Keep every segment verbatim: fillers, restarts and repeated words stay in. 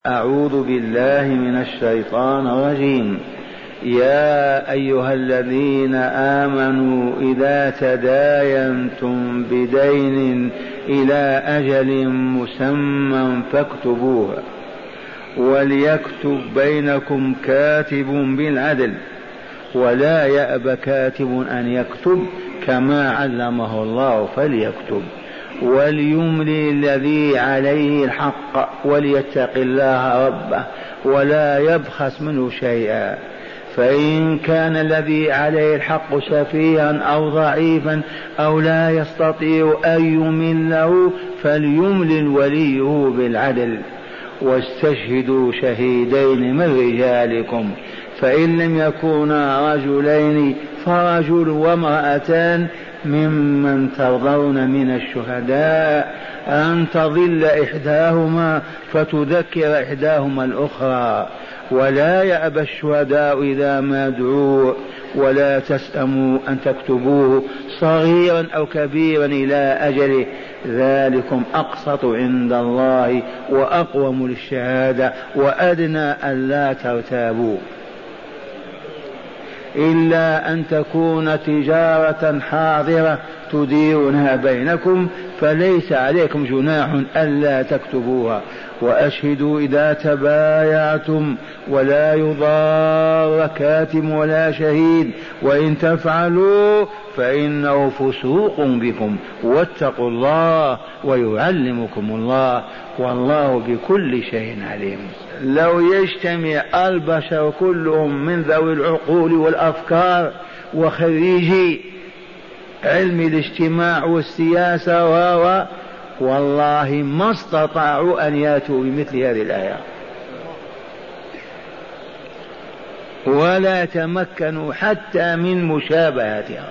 أعوذ بالله من الشيطان الرجيم. يا أيها الذين آمنوا إذا تداينتم بدين إلى أجل مسمى فاكتبوه وليكتب بينكم كاتب بالعدل ولا يأب كاتب أن يكتب كما علمه الله فليكتب وليملي الذي عليه الحق وليتق الله ربه ولا يبخس منه شيئا، فإن كان الذي عليه الحق سفيها أو ضعيفا أو لا يستطيع أن يمله فليملل وليه بالعدل واستشهدوا شهيدين من رجالكم، فإن لم يكونا رجلين فرجل وامرأتان ممن ترضون من الشهداء أن تضل إحداهما فتذكر إحداهما الأخرى، ولا يأبى الشهداء إذا ما دعوا ولا تسأموا أن تكتبوه صغيرا أو كبيرا إلى أجله، ذلكم أقسط عند الله وأقوم للشهادة وأدنى ألا ترتابوا، إلا أن تكون تجارة حاضرة تديرونها بينكم فليس عليكم جناح ألا تكتبوها، وأشهدوا إذا تبايعتم ولا يضار كاتب ولا شهيد، وإن تفعلوا فإنه فسوق بكم واتقوا الله ويعلمكم الله والله بكل شيء عليم. لو يجتمع البشر كلهم من ذوي العقول والأفكار وخريجي علم الاجتماع والسياسة و والله ما استطاعوا أن يأتوا بمثل هذه الآية ولا تمكنوا حتى من مشابهتها.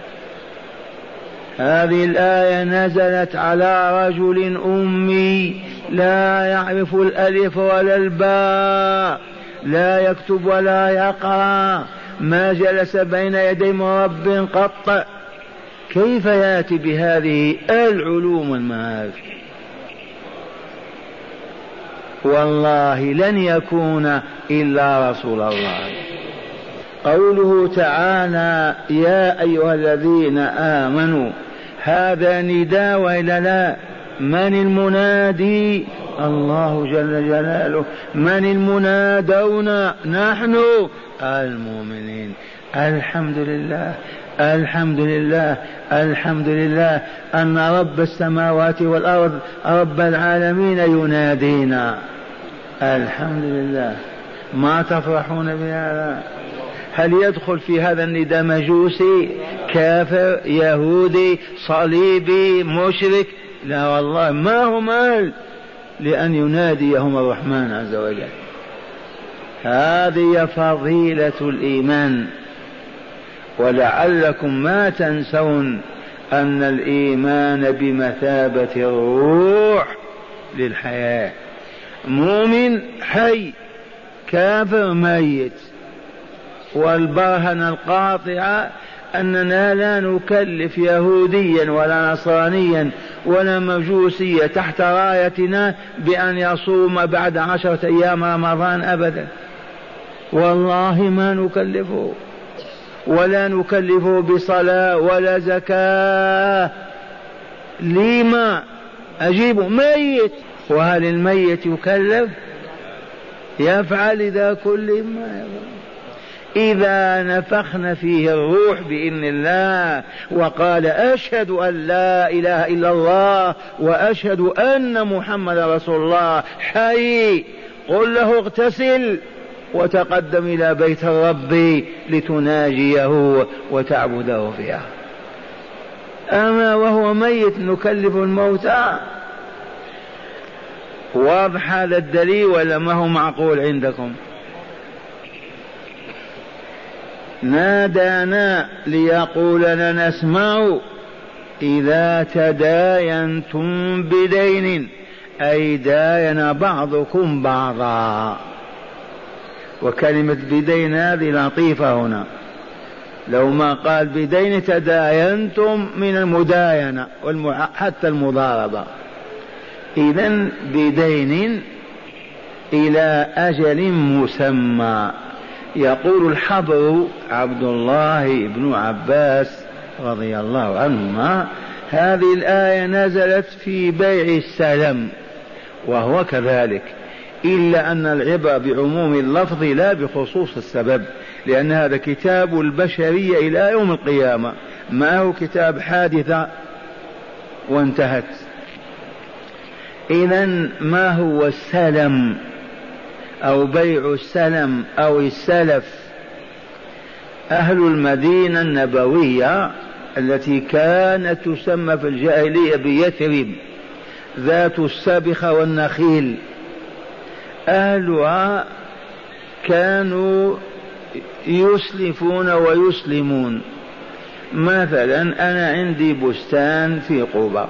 هذه الآية نزلت على رجل أمي لا يعرف الألف ولا الباء، لا يكتب ولا يقرأ، ما جلس بين يدي مرب قط، كيف يأتي بهذه العلوم المعارف؟ والله لن يكون إلا رسول الله. قوله تعالى يا أيها الذين آمنوا، هذا نداء وإلا لا؟ من المنادي؟ الله جل جلاله. من المنادون؟ نحن المؤمنين. الحمد لله الحمد لله الحمد لله أن رب السماوات والأرض رب العالمين ينادينا. الحمد لله. ما تفرحون بهذا؟ هل يدخل في هذا النداء مجوسي كافر يهودي صليبي مشرك؟ لا والله، ما هم أهل لأن يناديهم الرحمن عز وجل. هذه فضيلة الإيمان، ولعلكم ما تنسون أن الإيمان بمثابة الروح للحياة. مؤمن حي، كافر ميت. والبرهنة القاطعة أننا لا نكلف يهوديا ولا نصرانيا ولا مجوسيا تحت رايتنا بأن يصوم بعد عشرة أيام رمضان أبدا، والله ما نكلفه، ولا نكلفه بصلاة ولا زكاة. لما أجيب ميت؟ وهل الميت يكلف؟ يفعل إذا كل ما يفعل. إذا نفخنا فيه الروح بإذن الله وقال أشهد أن لا إله إلا الله وأشهد أن محمد رسول الله حي، قل له اغتسل وتقدم إلى بيت الرب لتناجيه وتعبده فيها. أما وهو ميت نكلف الموتى؟ واضح هذا الدليل ولا ما هو معقول عندكم؟ نادانا ليقول لنا اسمعوا إذا تداينتم بدين، أي داين بعضكم بعضا. وكلمة بدين هذه لطيفة هنا، لو ما قال بدين تداينتم من المداينة حتى المضاربة. إذن بدين إلى أجل مسمى. يقول الحبر عبد الله بن عباس رضي الله عنهما: هذه الآية نزلت في بيع السلم، وهو كذلك، إلا أن العبرة بعموم اللفظ لا بخصوص السبب، لأن هذا كتاب البشرية إلى يوم القيامة، ما هو كتاب حادثة وانتهت. إذن ما هو السلم أو بيع السلم أو السلف؟ أهل المدينة النبوية التي كانت تسمى في الجاهلية بيثرب ذات السبخة والنخيل، أهلها كانوا يسلفون ويسلمون. مثلا أنا عندي بستان في قبة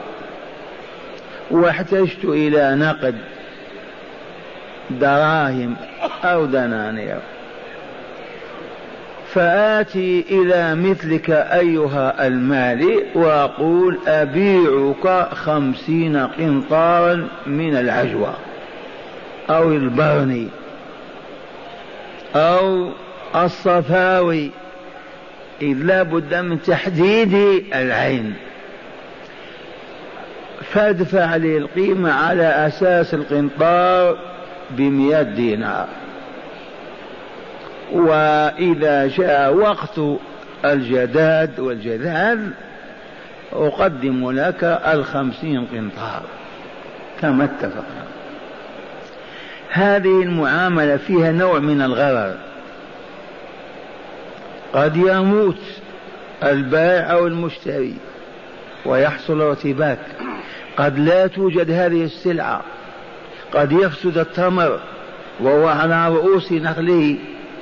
واحتجت إلى نقد دراهم أو دنانير، فآتي إلى مثلك أيها المالي وأقول: أبيعك خمسين قنطارا من العجوة أو البرني أو الصفاوي، إذ لا بد من تحديد العين، فادفع لي القيمة على أساس القنطار بمئة دينار، وإذا جاء وقت الجداد والجذاذ أقدم لك الخمسين قنطار كما اتفقنا. هذه المعاملة فيها نوع من الغرر، قد يموت البائع أو المشتري ويحصل ارتباك، قد لا توجد هذه السلعة، قد يفسد التمر وهو على رؤوس نخله.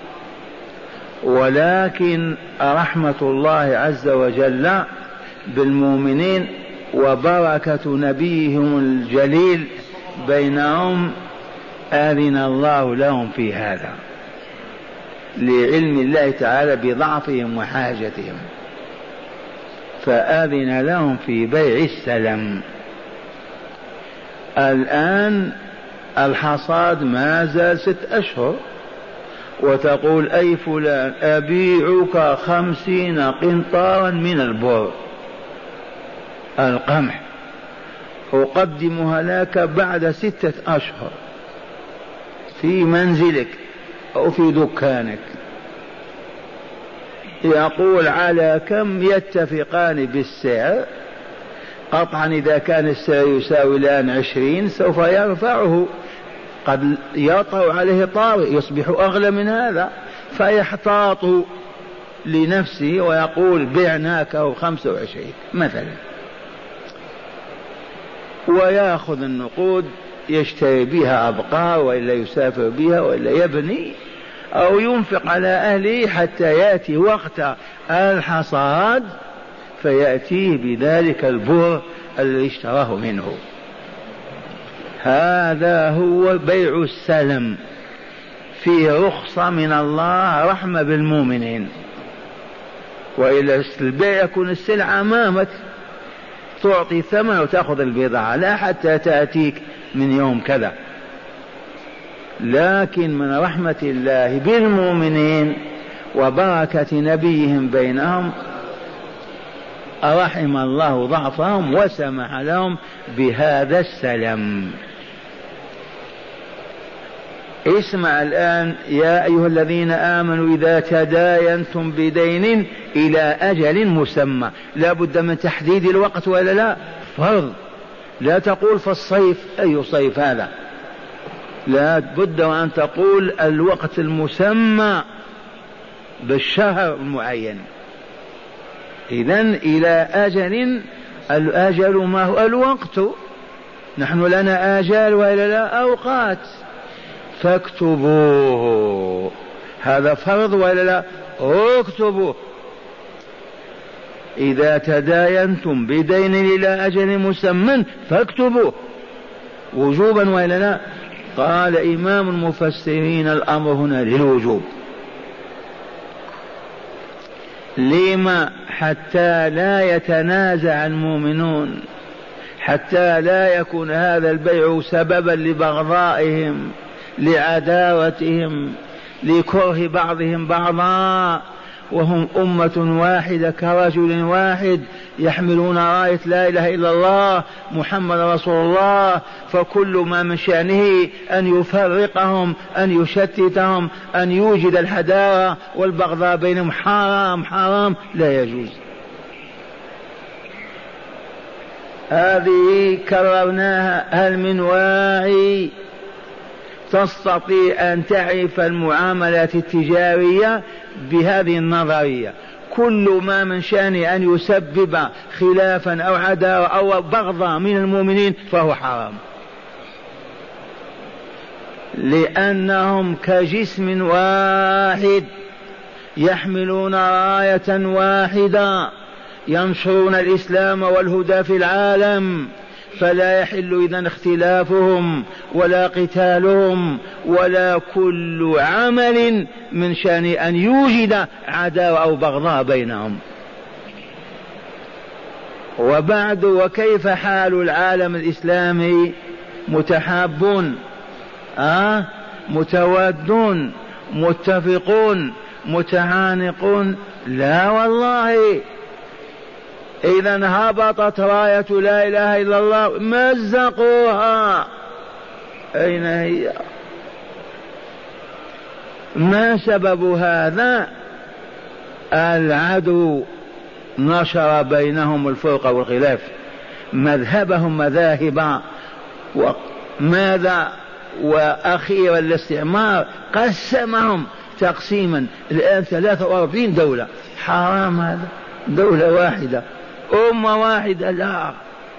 ولكن رحمة الله عز وجل بالمؤمنين وبركة نبيهم الجليل بينهم آذن الله لهم في هذا لعلم الله تعالى بضعفهم وحاجتهم، فآذن لهم في بيع السلم. الآن الحصاد ما زال ست أشهر، وتقول: أي فلان أبيعك خمسين قنطارا من البر القمح، أقدمها لك بعد ستة أشهر في منزلك أو في دكانك. يقول: على كم؟ يتفقان بالسعر، قطعا إذا كان السعر يساوي الآن عشرين سوف يرفعه، قد يطرأ عليه طارئ يصبح أغلى من هذا، فيحتاط لنفسه ويقول: بعناكه خمسة وعشرين مثلا، ويأخذ النقود يشتري بها أبقار وإلا يسافر بها وإلا يبني أو ينفق على أهله حتى يأتي وقت الحصاد فيأتيه بذلك البر الذي اشتراه منه. هذا هو بيع السلم، فيه رخصة من الله، رحمة بالمؤمنين. وإلا البيع يكون السلعة أمامك، تعطي ثمن وتأخذ البضاعة، لا حتى تأتيك من يوم كذا. لكن من رحمة الله بالمؤمنين وبركة نبيهم بينهم رحم الله ضعفهم وسمح لهم بهذا السلم. اسمع الآن: يا أيها الذين آمنوا إذا تداينتم بدين إلى أجل مسمى. لا بد من تحديد الوقت ولا لا؟ فرض. لا تقول في الصيف، أي صيف هذا؟ لا بد وأن تقول الوقت المسمى بالشهر المعين. إذن إلى أجل، الأجل ما هو؟ الوقت. نحن لنا آجال وإلا لا؟ أوقات، فاكتبوه. هذا فرض ولا لا؟ اكتبوه. إذا تداينتم بدين إلى أجل مسمى فاكتبوه وجوبا ولا لا؟ قال إمام المفسرين: الأمر هنا للوجوب. لما؟ حتى لا يتنازع المؤمنون، حتى لا يكون هذا البيع سببا لبغضائهم، لعداوتهم لكره بعضهم بعضا، وهم أمة واحدة كرجل واحد يحملون راية لا إله إلا الله محمد رسول الله. فكل ما من شأنه أن يفرقهم، أن يشتتهم، أن يوجد الحداوة والبغضاء بينهم حرام حرام لا يجوز. هذه كررناها. هل من واعي تستطيع أن تعرف المعاملات التجارية بهذه النظرية؟ كل ما من شأن أن يسبب خلافا أو عداوة أو بغضا من المؤمنين فهو حرام، لأنهم كجسم واحد يحملون راية واحدة ينشرون الإسلام والهدى في العالم، فلا يحل إذن اختلافهم ولا قتالهم ولا كل عمل من شأن أن يوجد عداوة أو بغضاء بينهم. وبعد، وكيف حال العالم الإسلامي؟ متحابون، آه متوادون، متفقون، متعانقون؟ لا والله. إذا هبطت راية لا إله إلا الله مزقوها. أين هي؟ ما سبب هذا؟ العدو نشر بينهم الفرقة والخلاف، مذهبهم مذاهب، وماذا؟ وأخيرا الاستعمار قسمهم تقسيما. الآن ثلاثة وأربعين دولة. حرام هذا؟ دولة واحدة، أمة واحدة؟ لا.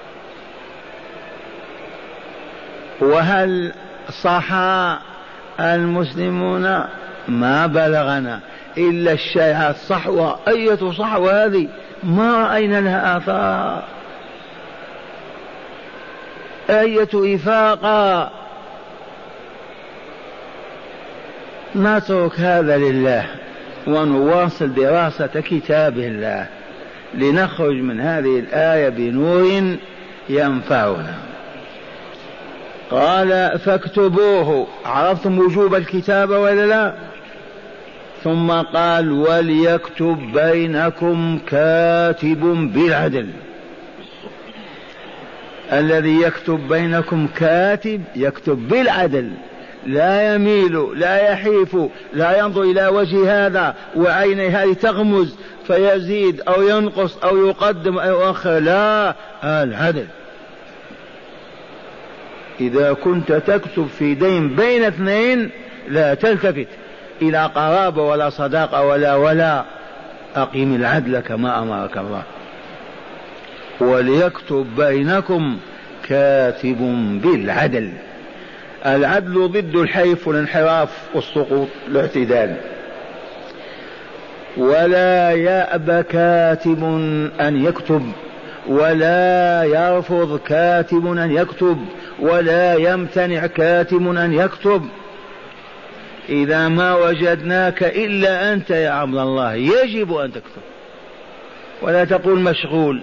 وهل صح المسلمون؟ ما بلغنا إلا الشائعات. صحوة، أية صحوة هذه؟ ما رأينا لها آثار. أية إفاقة؟ نترك هذا لله ونواصل دراسة كتاب الله لنخرج من هذه الآية بنور ينفعنا. قال فاكتبوه. عرفتم وجوب الكتاب ولا لا؟ ثم قال وليكتب بينكم كاتب بالعدل. الذي يكتب بينكم كاتب يكتب بالعدل، لا يميل، لا يحيف، لا ينظر إلى وجه هذا وعيني هذه تغمز فيزيد أو ينقص أو يقدم أو يؤخر، لا، العدل. إذا كنت تكتب في دين بين اثنين لا تلتفت إلى قرابة ولا صداقة ولا ولا أقيم العدل كما أمرك الله. وليكتب بينكم كاتب بالعدل. العدل ضد الحيف والانحراف والسقوط، الاعتدال. ولا يأبى كاتب أن يكتب، ولا يرفض كاتب أن يكتب، ولا يمتنع كاتب أن يكتب. إذا ما وجدناك إلا أنت يا عبد الله يجب أن تكتب، ولا تقول مشغول.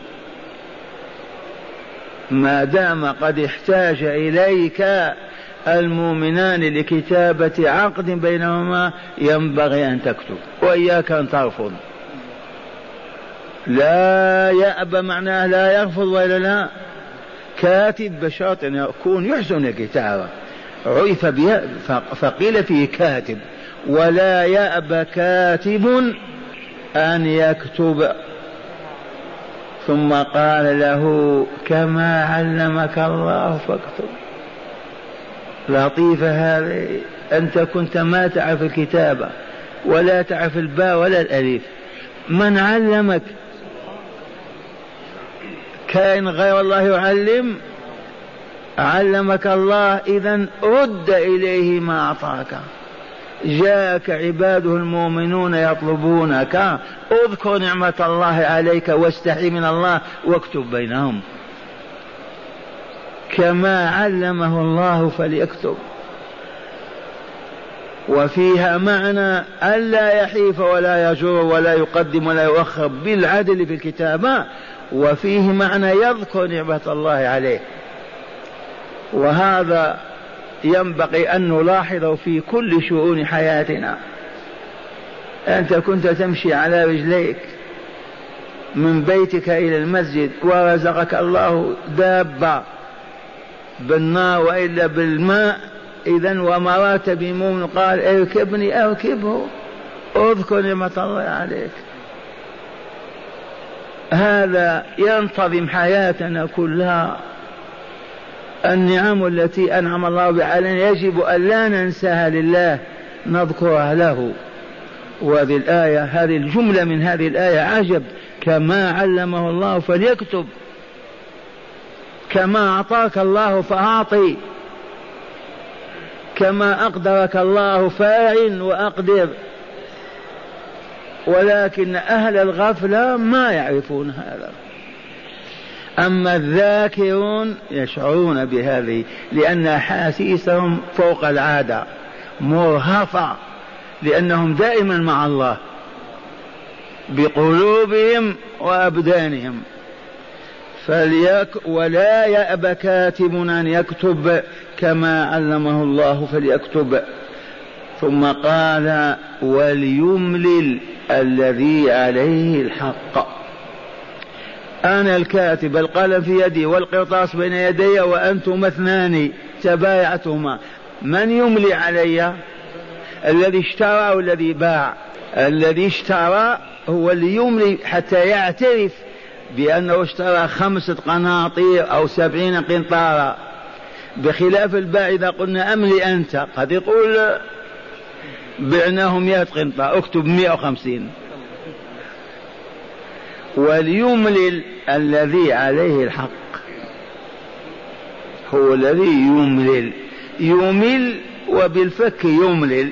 ما دام قد احتاج إليك المؤمنان لكتابة عقد بينهما ينبغي أن تكتب، وإياك أن ترفض. لا يأبى معناه لا يرفض ولا لا. كاتب بشرط أن يكون يحسن الكتابة، عرف بها فقيل فيه كاتب. ولا يأبى كاتب أن يكتب. ثم قال له كما علمك الله فاكتب. لطيفة هذه. أنت كنت ما تعرف الكتابة ولا تعرف الباء ولا الألف، من علمك؟ كائن غير الله يعلم؟ علمك الله، إذن رد إليه ما أعطاك. جاءك عباده المؤمنون يطلبونك، اذكر نعمة الله عليك واستحي من الله واكتب بينهم كما علمه الله فليكتب. وفيها معنى ألا يحيف ولا يجر ولا يقدم ولا يؤخر بالعدل في الكتابة، وفيه معنى يذكر نعمة الله عليه. وهذا ينبغي أن نلاحظه في كل شؤون حياتنا. أنت كنت تمشي على رجليك من بيتك إلى المسجد ورزقك الله دابة بالنار وإلا بالماء، إذن ومرات بمؤمن قال اركبني أركبه، اذكر نعمة الله عليك. هذا ينتظم حياتنا كلها. النعم التي أنعم الله بها علينا يجب أن لا ننساها لله، نذكرها له. وهذه الآية، هذه الجملة من هذه الآية عجب. كما علمه الله فليكتب، كما أعطاك الله فأعطي، كما أقدرك الله فاعل وأقدر. ولكن أهل الغفلة ما يعرفون هذا. أما الذاكرون يشعرون بهذه، لأن أحاسيسهم فوق العادة مرهفة، لأنهم دائما مع الله بقلوبهم وأبدانهم. فليك ولا يأبى كاتب أن يكتب كما علمه الله فليكتب. ثم قال وليملل الذي عليه الحق. أنا الكاتب، القلم في يدي والقرطاس بين يدي وأنتم اثنان تبايعتما، من يملي علي؟ الذي اشترى والذي باع. الذي اشترى هو اللي يملي حتى يعترف بأنه اشترى خمسة قناطير أو سبعين قنطارا، بخلاف البائع إذا قلنا أملي أنت قد يقول بعناه مئة قنطار اكتب مئة وخمسين. وليملل الذي عليه الحق، هو الذي يملل، يمل وبالفك يملل،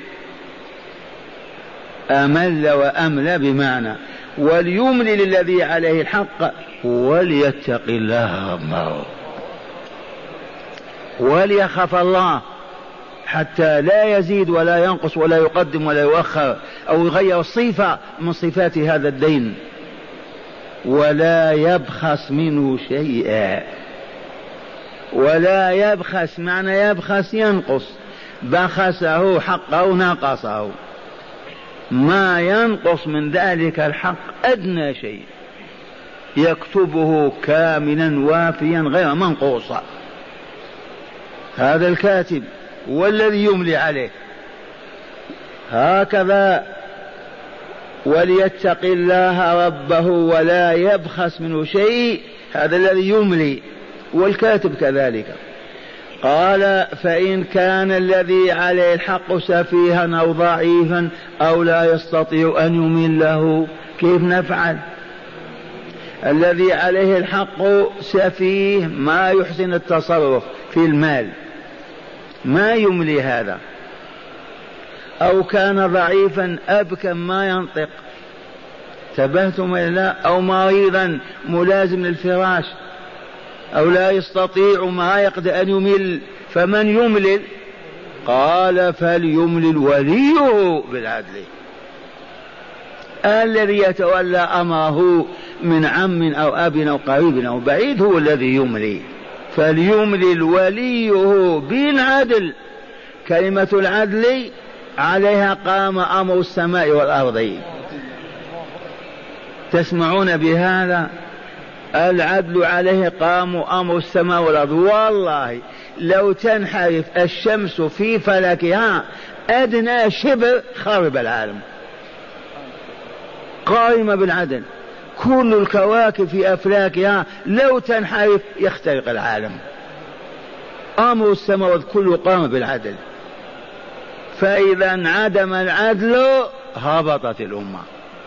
أمل وأمل بمعنى. وليملل الذي عليه الحق وليتق الله ربه، وليخاف الله حتى لا يزيد ولا ينقص ولا يقدم ولا يؤخر أو يغير صفة من صفات هذا الدين، ولا يبخس منه شيئا. ولا يبخس معنى يبخس ينقص، بخسه حقه نقصه، ما ينقص من ذلك الحق أدنى شيء، يكتبه كاملا وافيا غير منقوصا. هذا الكاتب والذي يملي عليه. هكذا وليتق الله ربه ولا يبخس منه شيء، هذا الذي يملي، والكاتب كذلك. قال فإن كان الذي عليه الحق سفيها أو ضعيفا أو لا يستطيع أن يمله، كيف نفعل؟ الذي عليه الحق سفيه، ما يحسن التصرف في المال، ما يملي هذا. أو كان ضعيفا أبكم ما ينطق، تبهتم إلا، أو مريضا ملازم للفراش، أو لا يستطيع ما يقدر أن يمل، فمن يملل؟ قال فليملل وليه بالعدل، الذي يتولى أمره من عم أو أب أو قريب أو بعيد هو الذي يملي. فليملل وليه بالعدل. كلمة العدل عليها قام أمر السماء والأرض، تسمعون بهذا؟ العدل عليه قام أمر السماء والأرض. والله لو تنحرف الشمس في فلكها أدنى شبر خرب العالم. قائمة بالعدل، كل الكواكب في أفلاكها لو تنحرف يخترق العالم. أمر السماء والأرض كله قام بالعدل، فإذا انعدم العدل هبطت الأمة.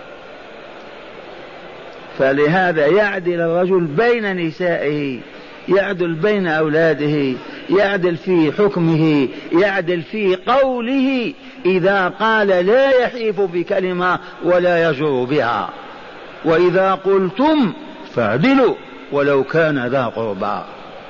فلهذا يعدل الرجل بين نسائه، يعدل بين أولاده، يعدل في حكمه، يعدل في قوله، إذا قال لا يحيف بكلمة ولا يجر بها، وإذا قلتم فاعدلوا ولو كان ذا قربى.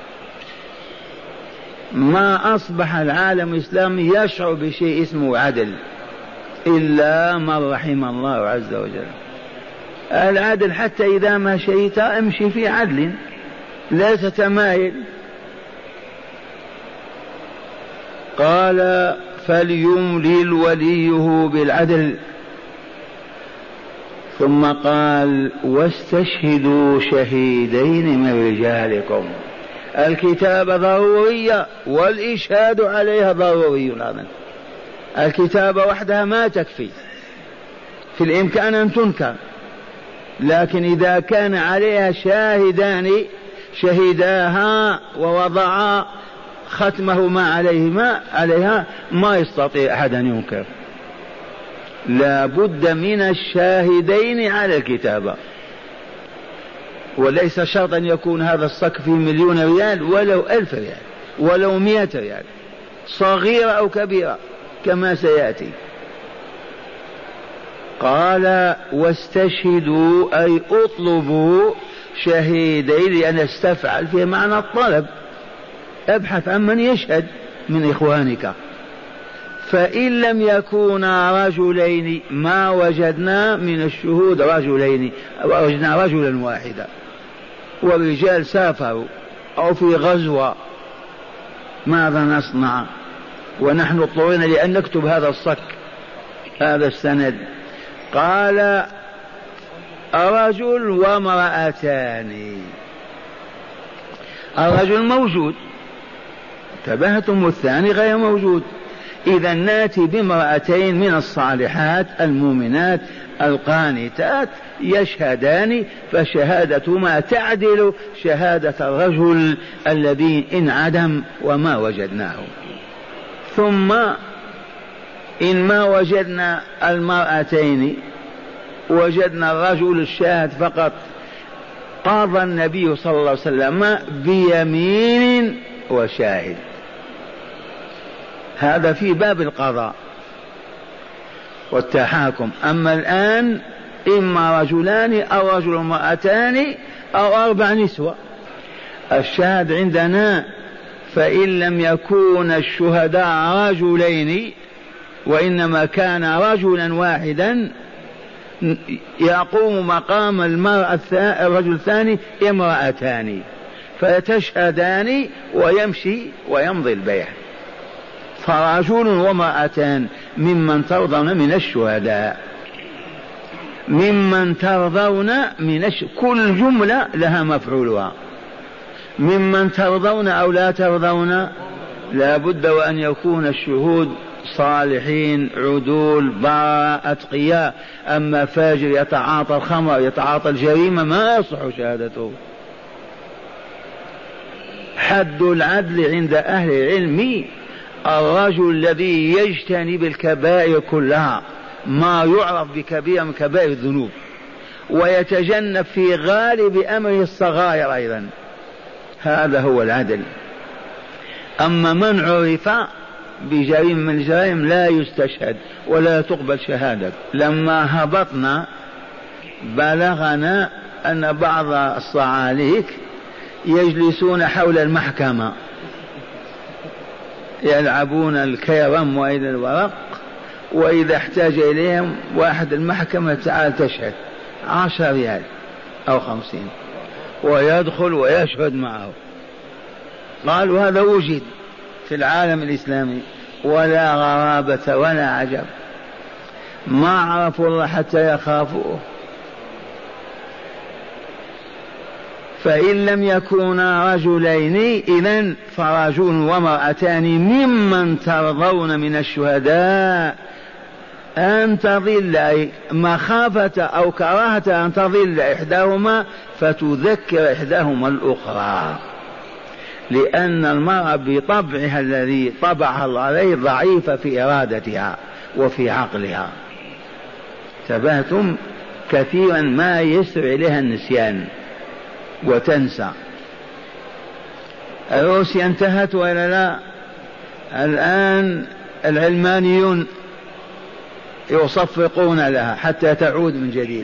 ما أصبح العالم الإسلامي يشعر بشيء اسمه عدل إلا من رحم الله عز وجل. العدل حتى إذا ما شئت امشي في عدل، لا تتمايل. قال فليملل وليه بالعدل، ثم قال واستشهدوا شهيدين من رجالكم. الكتابة ضرورية والإشهاد عليها ضروري أيضا. الكتابة وحدها ما تكفي، في الإمكان أن تنكر، لكن إذا كان عليها شاهدان شهداها ووضعا ختمه ما عليهما عليها ما يستطيع أحد أن ينكر. لا بد من الشاهدين على الكتابة، وليس شرط أن يكون هذا الصك فيه مليون ريال ولو ألف ريال ولو مئة ريال، صغيرة أو كبيرة كما سيأتي. قال واستشهدوا أي اطلبوا شهيدين، لأن استفعل في معنى الطلب، ابحث عن من يشهد من إخوانك. فإن لم يكونا رجلين ما وجدنا من الشهود رجلين، وجدنا رجلا واحدا والرجال سافروا أو في غزوة، ماذا نصنع؟ ونحن اضطرينا لأن نكتب هذا الصك هذا السند. قال رجل وامرأتان. الرجل موجود، انتبهتم، الثاني غير موجود. إذا ناتي بامرأتين من الصالحات المؤمنات القانتات يشهدان، فشهادتهما تعدل شهادة الرجل الذي انعدم وما وجدناه. ثم إن ما وجدنا المرأتين وجدنا الرجل الشاهد فقط، قاضى النبي صلى الله عليه وسلم بيمين وشاهد. هذا في باب القضاء والتحاكم. أما الآن إما رجلان أو رجل وامرأتان أو أربع نسوة. الشاهد عندنا فإن لم يكون الشهداء رجلين وإنما كان رجلا واحدا يقوم مقام المرأة الرجل الثاني امرأتان، فتشهدان ويمشي ويمضي البيع. فرجل وامرأتان ممن ترضون من الشهداء، ممن ترضون من الش... كل جملة لها مفعولها. ممن ترضون أو لا ترضون، لا بد وأن يكون الشهود صالحين عدول براء أتقياء. أما فاجر يتعاطى الخمر يتعاطى الجريمة ما يصح شهادته. حد العدل عند أهل العلم الرجل الذي يجتنب الكبائر كلها، ما يعرف بكبير من كبائر الذنوب، ويتجنب في غالب أمره الصغائر أيضا، هذا هو العدل. أما من عرف بجريمة من الجرائم لا يستشهد ولا تقبل شهادة. لما هبطنا بلغنا أن بعض الصعاليك يجلسون حول المحكمة يلعبون الكرم وإلى الورق، وإذا احتاج إليهم واحد المحكمة تعال تشهد عشر ريال أو خمسين، ويدخل ويشهد معه. قالوا هذا وجد في العالم الإسلامي، ولا غرابة ولا عجب، ما عرفوا الله حتى يخافوه. فإن لم يكونا رجلين إذن فرجل وامرأتان ممن ترضون من الشهداء أن تضل، مخافة أو كراهة أن تضل إحداهما فتذكر إحداهما الأخرى، لأن المرأة بطبعها الذي طبعها الله عليه ضعيفة في إرادتها وفي عقلها. تبهتم كثيرا ما يسرع إليها النسيان وتنسى. روسيا انتهت وإلا لا؟ الآن العلمانيون يصفقون لها حتى تعود من جديد.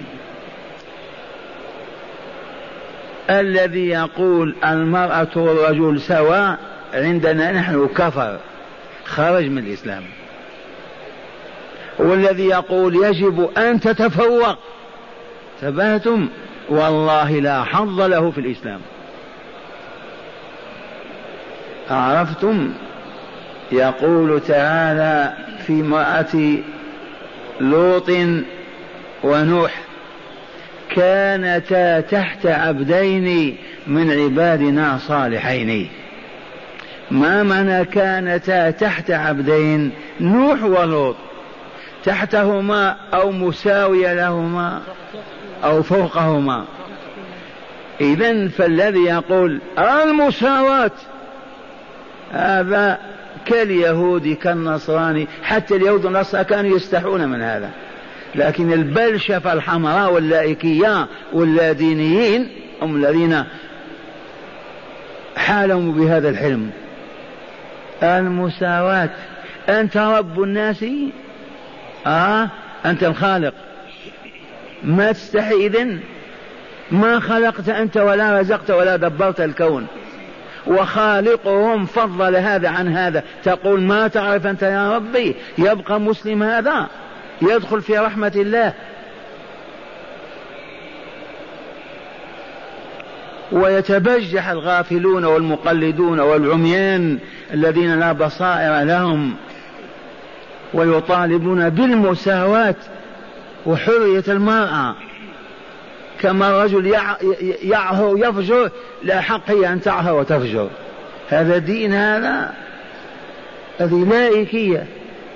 الذي يقول المرأة والرجل سواء عندنا نحن كفر، خرج من الإسلام. والذي يقول يجب أن تتفوق، تبهتم، والله لا حظ له في الإسلام. عرفتم؟ يقول تعالى في امرأة لوط ونوح كانتا تحت عبدين من عبادنا صالحين. ما معنى كانتا تحت عبدين؟ نوح ولوط تحتهما أو مساوية لهما أو فوقهما. إذن فالذي يقول المساواة هذا كاليهود كالنصراني، حتى اليهود والنصارى كانوا يستحون من هذا، لكن البلشفة الحمراء واللائكية واللادينيين هم الذين حالهم بهذا الحلم. المساواة، أنت رب الناس، آه أنت الخالق، ما تستحي إذن؟ ما خلقت أنت ولا رزقت ولا دبرت الكون، وخالقهم فضل هذا عن هذا، تقول ما تعرف أنت يا ربي؟ يبقى مسلم هذا يدخل في رحمة الله. ويتبجح الغافلون والمقلدون والعميان الذين لا بصائر لهم ويطالبون بالمساواة وحرية المرأة، كما الرجل يعهر يفجر لا حق هي أن تعهر وتفجر. هذا دين؟ هذا هذه لائكية.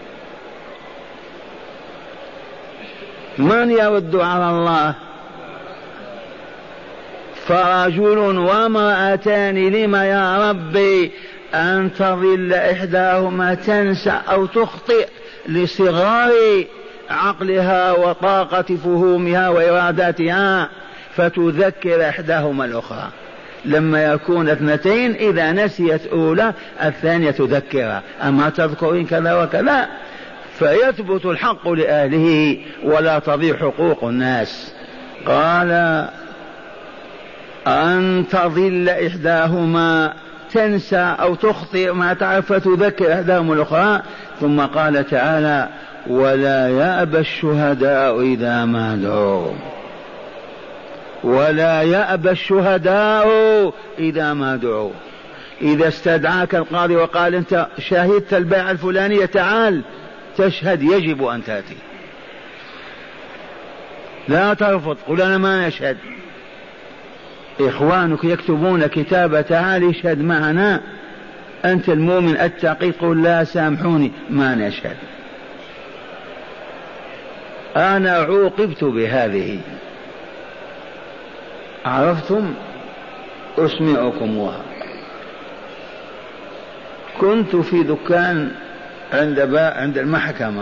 من يرد على الله؟ فرجل وامرأتان لما يا ربي أن تضل إحداهما تنسى أو تخطئ لصغار عقلها وطاقة فهومها وإراداتها فتذكر إحداهما الأخرى. لما يكون اثنتين إذا نسيت أولى الثانية تذكرها، أما تذكرين كذا وكذا، فيثبت الحق لأهله ولا تضيع حقوق الناس. قال أن تضل إحداهما تنسى أو تخطئ ما تعرف فتذكر إحداهما الأخرى. ثم قال تعالى ولا يأبى الشهداء إذا ما دعوا، ولا يأبى الشهداء إذا ما دعوا. إذا استدعاك القاضي وقال أنت شهدت البيعة الفلانية تعال تشهد، يجب أن تأتي، لا ترفض، قل أنا ما نشهد. إخوانك يكتبون كتابة تعال اشهد معنا، أنت المؤمن التقي قل لا سامحوني ما نشهد. أنا عوقبت بهذه، عرفتم؟ أسمعكمها. كنت في دكان عند عند المحكمة،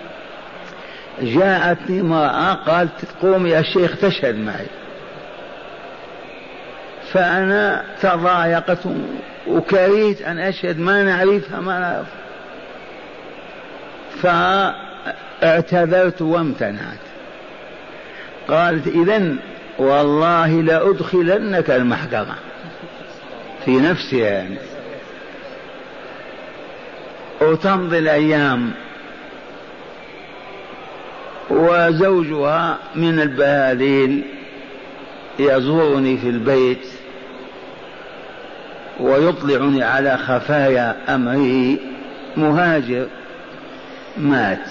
جاءتني امرأة قالت قومي يا شيخ تشهد معي، فأنا تضايقت وكرهت أن أشهد، ما نعرفها ما نعرف، فاعتذرت وامتنعت. قالت إذن والله لأدخلنك المحكمة، في نفسي يعني. وتمضي الأيام وزوجها من البهاليل يزورني في البيت ويطلعني على خفايا أمره، مهاجر مات،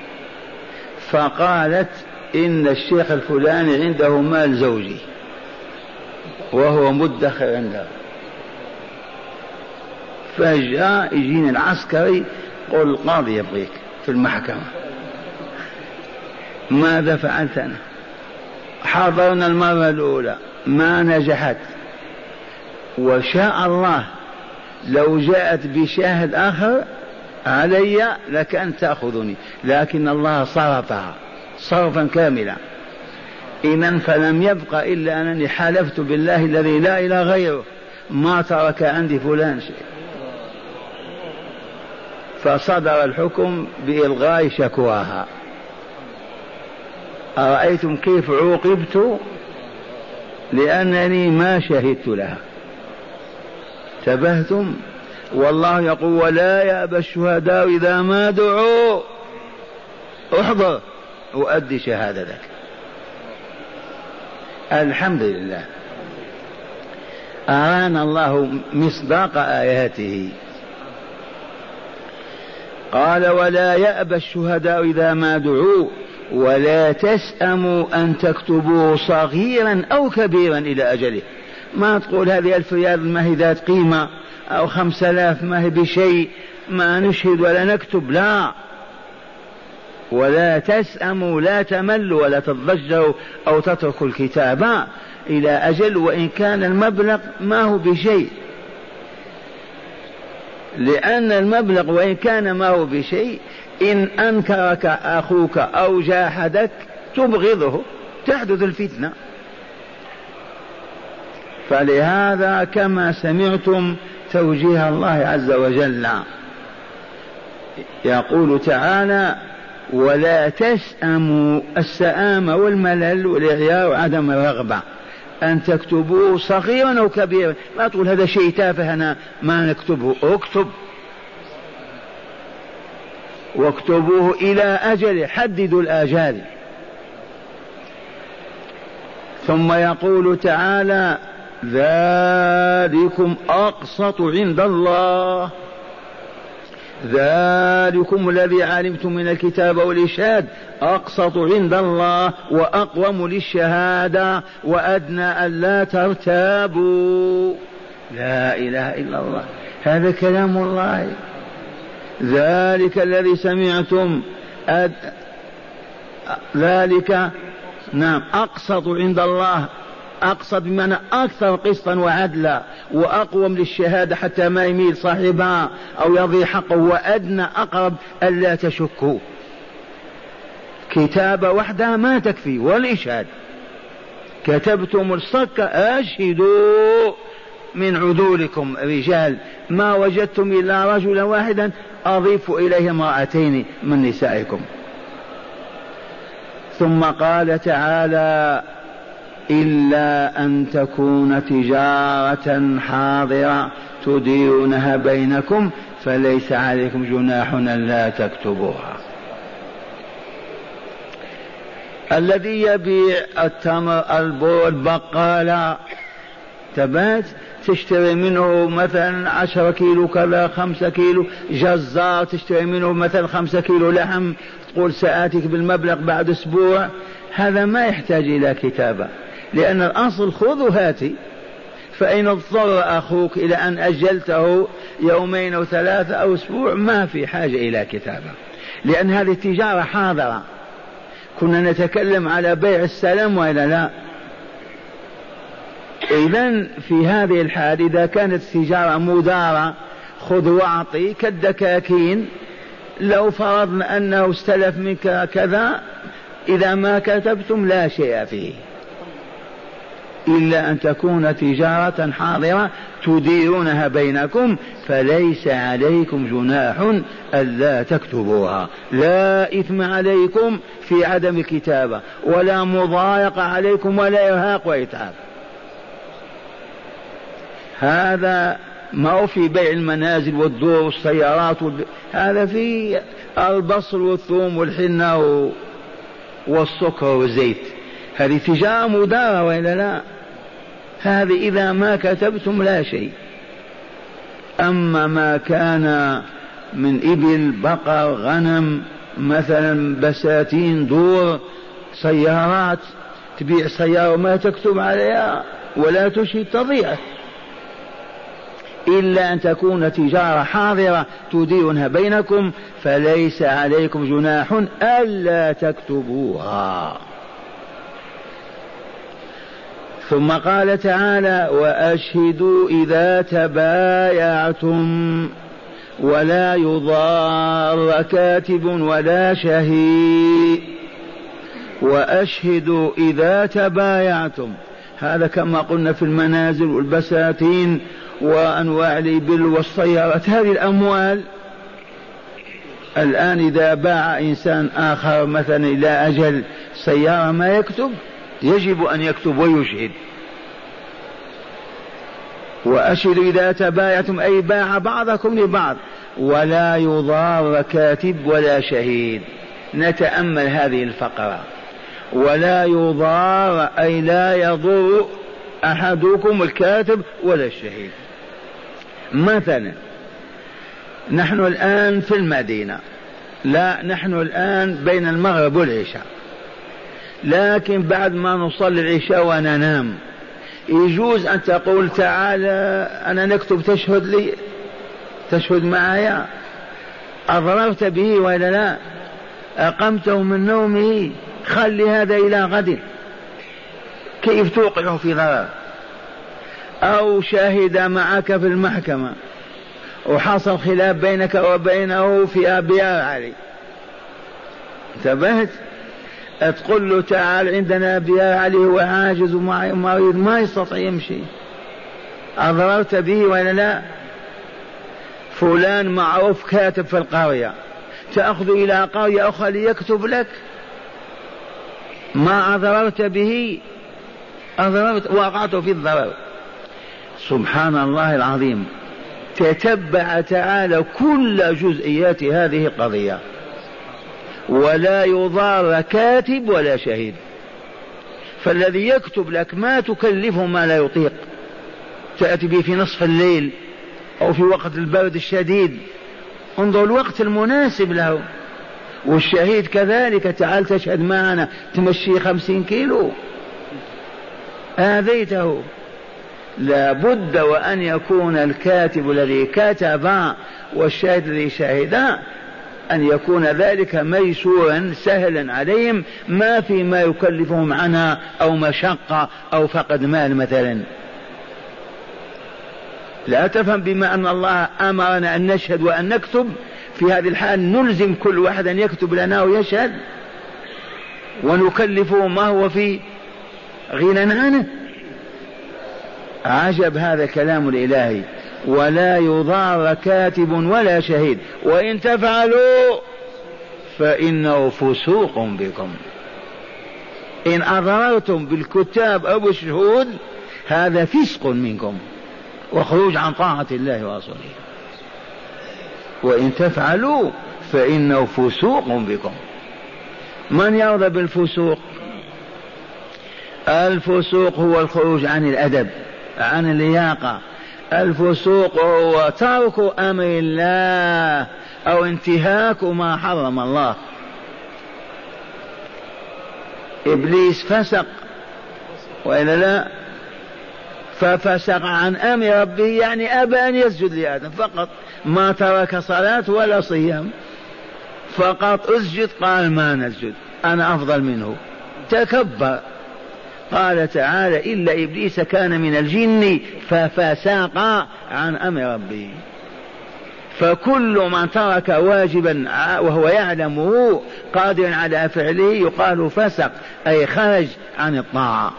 فقالت إن الشيخ الفلاني عنده مال زوجي وهو مدخر عنده. فجاء يجيني العسكري قل القاضي يبغيك في المحكمة. ماذا فعلت أنا؟ حضرنا المرة الأولى ما نجحت، وشاء الله لو جاءت بشاهد آخر علي لكان تأخذني، لكن الله صرفها صرفا كاملا. إذن فلم يبق إلا أنني حلفت بالله الذي لا إله غيره ما ترك عندي فلان شيء. فصدر الحكم بإلغاء شكواها. أرأيتم كيف عوقبت؟ لأنني ما شهدت لها. تبهتم؟ والله يقول ولا يأبى الشهداء إذا ما دعوا، احضر وأدي شهادتك. الحمد لله أرانا الله مصداق آياته. قال ولا يأبى الشهداء إذا ما دعوا ولا تسأموا أن تكتبوه صغيرا أو كبيرا إلى أجله. ما تقول هذه ألف ريال ما هي ذات قيمة أو خمسة آلاف ما هي بشيء ما نشهد ولا نكتب، لا. ولا تسأموا لا تملوا ولا تضجروا أو تتركوا الكتابة إلى أجل وإن كان المبلغ ما هو بشيء، لأن المبلغ وإن كان ما هو بشيء إن أنكرك أخوك أو جاحدك تبغضه تحدث الفتنة. فلهذا كما سمعتم توجيه الله عز وجل يقول تعالى ولا تسأموا، السآمة والملل والإعياء وعدم الرغبة، أن تكتبوه صغيرا أو كبيرا. ما تقول هذا شيء تافه أنا ما نكتبه، اكتب واكتبوه إلى أجل، حددوا الآجال. ثم يقول تعالى ذلكم أقسط عند الله، ذلكم الذي علمتم من الكتاب والإرشاد أقسط عند الله وأقوم للشهادة وأدنى ألا ترتابوا. لا إله إلا الله، هذا كلام الله. ذلك الذي سمعتم أد... ذلك نعم أقسط عند الله، أقسط بمعنى أكثر قسطا وعدلا وأقوم للشهادة حتى ما يميل صاحبها أو يضيع حقه، وأدنى أقرب ألا تشكوا. كتابة وحدها ما تكفي والإشهاد. كتبتم الصك أشهدوا من عدولكم رجال، ما وجدتم إلا رجلا واحدا أضيفوا إليه امرأتين من نسائكم. ثم قال تعالى إلا أن تكون تجارة حاضرة تديرونها بينكم فليس عليكم جناح ألا تكتبوها. الذي يبيع التمر البر البقالة تبات تشتري منه مثلا عشرة كيلو كذا خمسة كيلو، جزار تشتري منه مثلا خمسة كيلو لحم تقول سآتيك بالمبلغ بعد أسبوع، هذا ما يحتاج إلى كتابة، لأن الأصل خذ هاتي. فإن اضطر أخوك إلى أن أجلته يومين أو ثلاثة أو أسبوع ما في حاجة إلى كتابة، لأن هذه التجارة حاضرة. كنا نتكلم على بيع السلام وإلا لا؟ إذن في هذه الحال إذا كانت التجارة مدارة خذ واعطي كالدكاكين، لو فرضنا أنه استلف منك كذا إذا ما كتبتم لا شيء فيه، إلا أن تكون تجارة حاضرة تديرونها بينكم فليس عليكم جناح ألا تكتبوها. لا إثم عليكم في عدم الكتابة ولا مضايقة عليكم ولا إرهاق وإتعاب. هذا ما هو في بيع المنازل والدور والسيارات والب... هذا في البصل والثوم والحنة والسكر والزيت، هذه تجارة مدارة وإلا لا؟ هذه إذا ما كتبتم لا شيء. أما ما كان من إبل بقر غنم مثلا بساتين دور سيارات، تبيع سيارة وما تكتب عليها ولا تشهد تضيع، إلا أن تكون تجارة حاضرة تديرونها بينكم فليس عليكم جناح ألا تكتبوها. ثم قال تعالى وأشهدوا إذا تبايعتم ولا يضار كاتب ولا شهيد. وأشهدوا إذا تبايعتم، هذا كما قلنا في المنازل والبساتين وأنواع الإبل والسيارات، هذه الأموال. الآن إذا باع إنسان آخر مثلا إلى أجل سيارة ما يكتب، يجب أن يكتب ويشهد. وأشهدوا إذا تبايعتم أي باع بعضكم لبعض ولا يضار كاتب ولا شهيد. نتأمل هذه الفقرة، ولا يضار أي لا يضر أحدكم الكاتب ولا الشهيد. مثلا نحن الآن في المدينة، لا نحن الآن بين المغرب والعشاء، لكن بعد ما نصلي العشاء وننام يجوز أن تقول تعالى أنا نكتب تشهد لي، تشهد معايا، أضررت به ولا لا، أقمته من نومه، خلي هذا إلى غد، كيف توقعه في ضرر؟ أو شاهد معك في المحكمة وحصل خلاف بينك وبينه في أبيار علي، انتبهت، تقول له تعال عندنا أبيار علي هو عاجز ومريض ما يستطيع يمشي، أضررت به ولا لا؟ فلان معروف كاتب في القرية، تأخذ إلى قرية أخرى ليكتب لك، ما أضررت به، أضررت، وقعت في الضرر. سبحان الله العظيم، تتبع تعالى كل جزئيات هذه القضية، ولا يضار كاتب ولا شهيد. فالذي يكتب لك ما تكلفه ما لا يطيق، تأتي به في نصف الليل أو في وقت البرد الشديد، انظر الوقت المناسب له. والشهيد كذلك، تعال تشهد معنا، تمشي خمسين كيلو، آذيته. لا بد وأن يكون الكاتب الذي كتب والشاهد الذي شهد أن يكون ذلك ميسورا سهلا عليهم، ما في ما يكلفهم عنها أو مشقة أو فقد مال مثلا. لا تفهم بما أن الله أمرنا أن نشهد وأن نكتب، في هذه الحال نلزم كل واحد أن يكتب لنا ويشهد ونكلفه ما هو في غنى عنه. عجب هذا كلام الإلهي. ولا يضار كاتب ولا شهيد وإن تفعلوا فإنه فسوق بكم. إن أضررتم بالكتاب أو بالشهود هذا فسق منكم وخروج عن طاعة الله ورسوله. وإن تفعلوا فإنه فسوق بكم. من يرضى بالفسوق؟ الفسوق هو الخروج عن الأدب، عن اللياقة. الفسوق هو ترك أمر الله أو انتهاك ما حرم الله. إبليس فسق وإلا لا؟ ففسق عن أمر ربه، يعني أبى أن يسجد لآدم فقط، ما ترك صلاة ولا صيام، فقط اسجد، قال ما نسجد أنا أفضل منه، تكبر. قال تعالى إلا إبليس كان من الجن ففسق عن أمر ربه. فكل من ترك واجبا وهو يعلمه قادر على فعله يقال فسق، أي خرج عن الطاعة.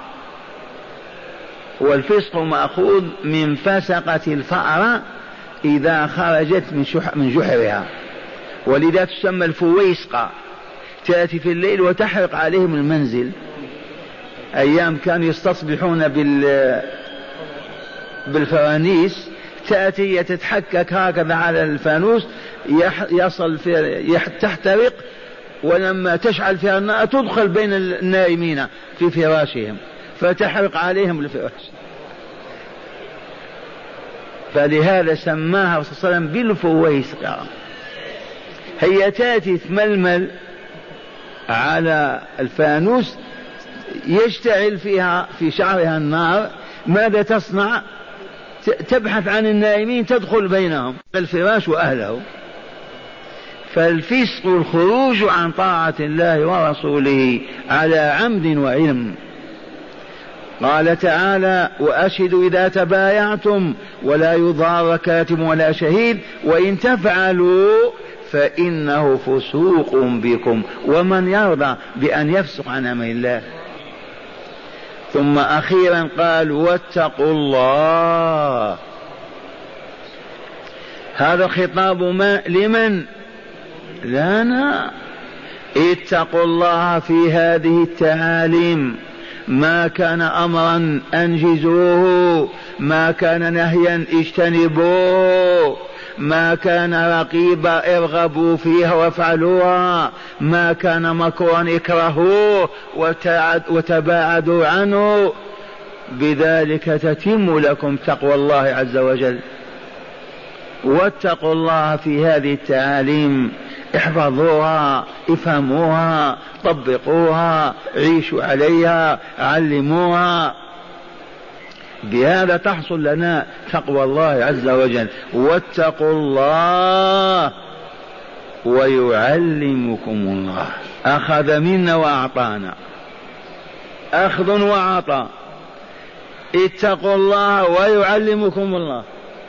والفسق مأخوذ من فسقة الفأرة إذا خرجت من, من جحرها، ولذا تسمى الفويسقة. تأتي في الليل وتحرق عليهم المنزل. أيام كانوا يستصبحون بال بالفوانيس، تأتي تتحكك هكذا على الفانوس، يصل في تحترق، ولما تشعل فيها النار تدخل بين النائمين في فراشهم فتحرق عليهم الفراش. فلهذا سماها صلى الله عليه وسلم بالفويسقة. هي تأتي تململ على الفانوس، يشتعل فيها في شعرها النار، ماذا تصنع؟ تبحث عن النائمين، تدخل بينهم الفراش وأهله. فالفسق الخروج عن طاعة الله ورسوله على عمد وعلم. قال تعالى وأشهدوا إذا تبايعتم ولا يضار كاتب ولا شهيد وإن تفعلوا فإنه فسوق بكم. ومن يرضى بأن يفسق عن أمر الله؟ ثم أخيرا قال واتقوا الله. هذا خطاب ما لمن؟ لنا. اتقوا الله في هذه التعاليم، ما كان أمرا أنجزوه، ما كان نهيا اجتنبوه، ما كان رقيبا ارغبوا فيها وافعلوها، ما كان مكرا اكرهوه وتباعدوا عنه. بذلك تتم لكم تقوى الله عز وجل. واتقوا الله في هذه التعاليم، احفظوها، افهموها، طبقوها، عيشوا عليها، علموها. بهذا تحصل لنا تقوى الله عز وجل. واتقوا الله ويعلمكم الله. أخذ منا وأعطانا، أخذ وعطاء. اتقوا الله ويعلمكم الله.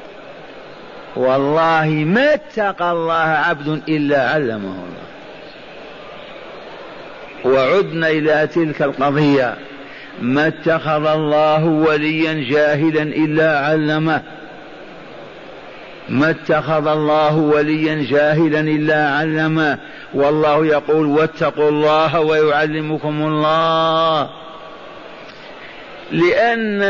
والله ما اتقى الله عبد إلا علمه الله. وعدنا إلى تلك القضية: ما اتخذ الله وليا جاهلا إلا علمه. ما اتخذ الله وليا جاهلا إلا علمه. والله يقول: واتقوا الله ويعلمكم الله. لأن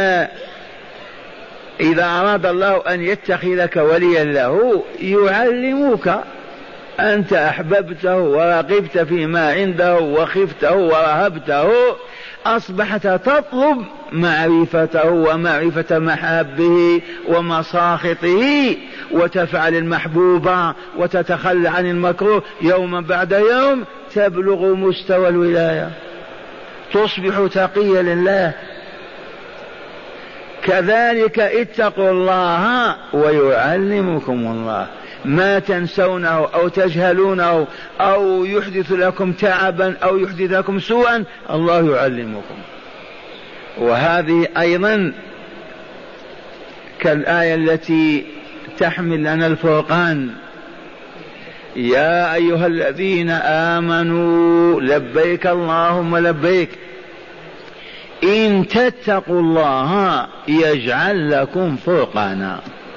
إذا أراد الله أن يتخذك وليا له يعلمك. أنت أحببته ورغبت فيما عنده وخفته ورهبته، أصبحت تطلب معرفته ومعرفة محابه ومساخطه، وتفعل المحبوب وتتخلى عن المكروه. يوما بعد يوم تبلغ مستوى الولاية، تصبح تقيا لله. كذلك اتقوا الله ويعلمكم الله. ما تنسونه أو تجهلونه أو يحدث لكم تعبا أو يحدث لكم سوءا، الله يعلمكم. وهذه أيضا كالآية التي تحمل لنا الفرقان: يا أيها الذين آمنوا لبيك اللهم لبيك إن تتقوا الله يجعل لكم فرقانا.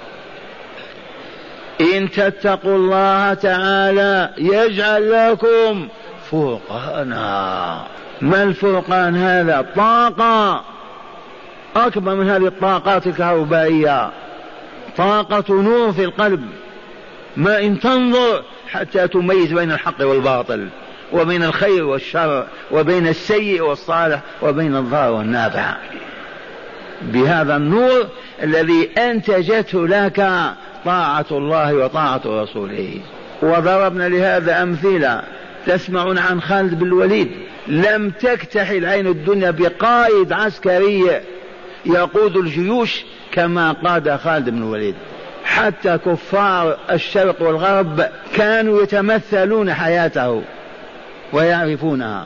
إن تتقوا الله تعالى يجعل لكم فرقانا. ما الفرقان هذا؟ طاقة أكبر من هذه الطاقات الكهربائية، طاقة نور في القلب. ما إن تنظر حتى تميز بين الحق والباطل، وبين الخير والشر، وبين السيء والصالح، وبين الضار والنافع. بهذا النور الذي أنتجته لك طاعة الله وطاعة رسوله. وضربنا لهذا أمثلة. تسمعون عن خالد بن الوليد، لم تكتحل عين الدنيا بقائد عسكري يقود الجيوش كما قاد خالد بن الوليد. حتى كفار الشرق والغرب كانوا يتمثلون حياته ويعرفونها.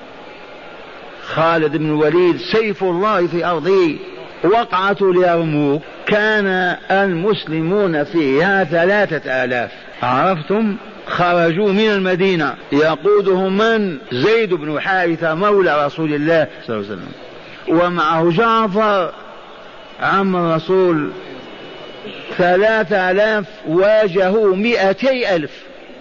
خالد بن الوليد سيف الله في أرضه. وقعة اليرموك كان المسلمون فيها ثلاثة آلاف، عرفتم؟ خرجوا من المدينة يقودهم من؟ زيد بن حارثة مولى رسول الله صلى الله عليه وسلم، ومعه جعفر عم الرسول. ثلاثة آلاف واجهوا مئتي ألف،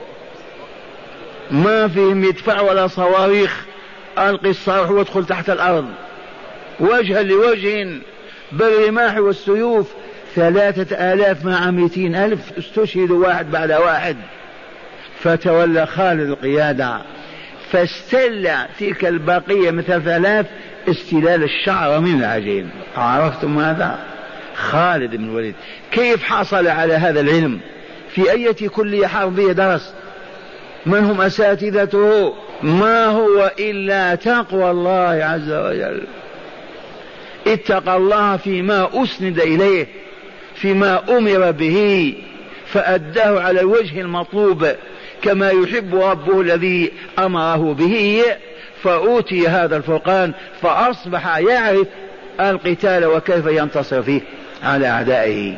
ما فيهم مدفع ولا صواريخ. ألقي الصاروخ وادخل تحت الأرض وجها لوجه بالرماح والسيوف. ثلاثة آلاف مع مئتين ألف، استشهدوا واحد بعد واحد. فتولى خالد القيادة، فاستل تلك البقية من ثلاثة آلاف استلال الشعر من العجين. عرفتم ماذا؟ خالد بن الوليد كيف حصل على هذا العلم؟ في أي كلية حربية درس؟ من هم أساتذته؟ ما هو إلا تقوى الله عز وجل. اتقى الله فيما أسند إليه، فيما أمر به، فأداه على الوجه المطلوب كما يحب ربه الذي أمره به، فأوتي هذا الفرقان، فأصبح يعرف القتال وكيف ينتصر فيه على أعدائه.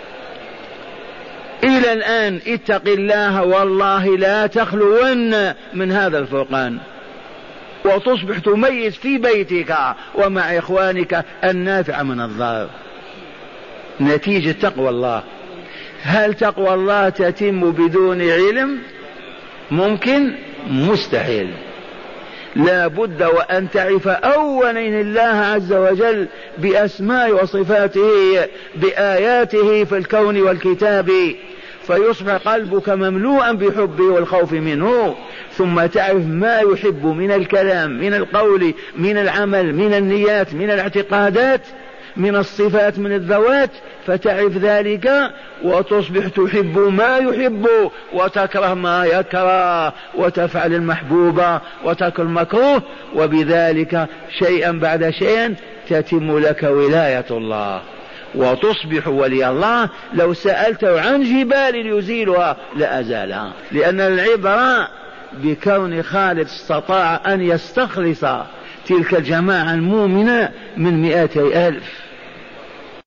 إلى الآن اتق الله والله لا تخلون من هذا الفرقان، وتصبح تميز في بيتك ومع إخوانك النافع من الضار، نتيجة تقوى الله. هل تقوى الله تتم بدون علم؟ ممكن؟ مستحيل. لا بد وأن تعرف أولا الله عز وجل بأسماء وصفاته بآياته في الكون والكتاب، فيصبح قلبك مملوءا بحبه والخوف منه. ثم تعرف ما يحب من الكلام، من القول، من العمل، من النيات، من الاعتقادات، من الصفات من الذوات، فتعرف ذلك وتصبح تحب ما يحب وتكره ما يكره، وتفعل المحبوب وترك المكروه، وبذلك شيئا بعد شيء تتم لك ولاية الله وتصبح ولي الله. لو سألته عن جبال يزيلها لأزالها، لأن العبرة بكون خالد استطاع أن يستخلص تلك الجماعة المؤمنة من مئتي ألف.